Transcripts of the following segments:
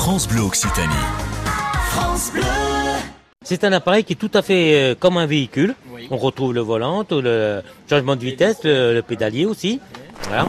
France Bleu Occitanie. France Bleu. C'est un appareil qui est tout à fait comme un véhicule. Oui. On retrouve le volant, le changement de vitesse, le pédalier aussi. Voilà.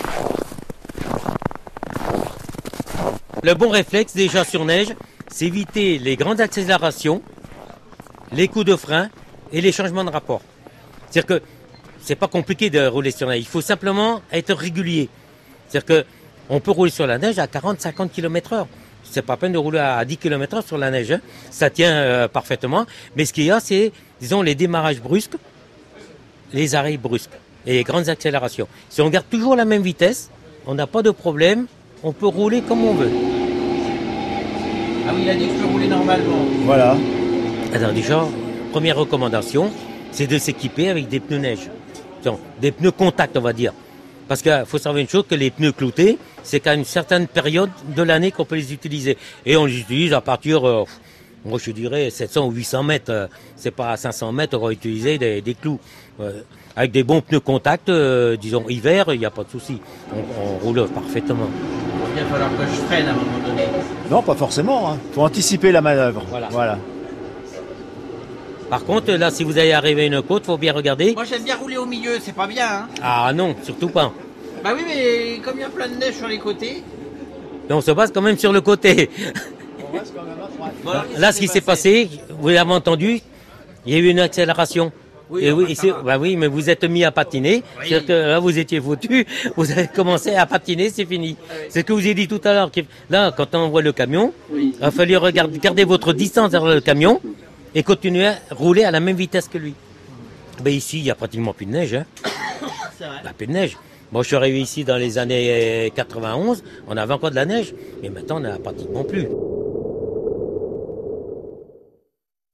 Le bon réflexe déjà sur neige, c'est éviter les grandes accélérations, les coups de frein et les changements de rapport. C'est-à-dire que c'est pas compliqué de rouler sur neige. Il faut simplement être régulier. C'est-à-dire qu'on peut rouler sur la neige à 40-50 km/h. C'est pas peine de rouler à 10 km/h sur la neige. Hein. Ça tient parfaitement. Mais ce qu'il y a, c'est, disons, les démarrages brusques, les arrêts brusques et les grandes accélérations. Si on garde toujours la même vitesse, on n'a pas de problème. On peut rouler comme on veut. Ah oui, il a dit que je peux rouler normalement. Voilà. Alors déjà, première recommandation, c'est de s'équiper avec des pneus neige. Des pneus contact, on va dire. Parce qu'il faut savoir une chose, que les pneus cloutés, c'est qu'à une certaine période de l'année qu'on peut les utiliser. Et on les utilise à partir, moi je dirais 700 ou 800 mètres. C'est pas à 500 mètres qu'on va utiliser des clous. Avec des bons pneus contact, disons hiver, il n'y a pas de souci. On roule parfaitement. Il va falloir que je freine à un moment donné. Non, pas forcément. Il faut anticiper la manœuvre. Voilà. Par contre, là, si vous allez arriver à une côte, il faut bien regarder. Moi, j'aime bien rouler au milieu, c'est pas bien. Hein. Ah non, surtout pas. Bah oui, mais comme il y a plein de neige sur les côtés. Mais on se base quand même sur le côté. On reste quand même à droite. Voilà, là, ce qui s'est passé, vous l'avez entendu, il y a eu une accélération. Oui, et oui, mais vous êtes mis à patiner. Oui. C'est-à-dire que là, vous étiez foutu. Vous avez commencé à patiner, c'est fini. Oui. C'est ce que vous ai dit tout à l'heure. Là, quand on voit le camion, il va falloir garder votre distance vers le camion et continuer à rouler à la même vitesse que lui. Ben ici, il n'y a pratiquement plus de neige. Hein. C'est vrai. Plus de neige. Moi, je suis arrivé ici dans les années 91. On avait encore de la neige, mais maintenant, on n'a pratiquement plus.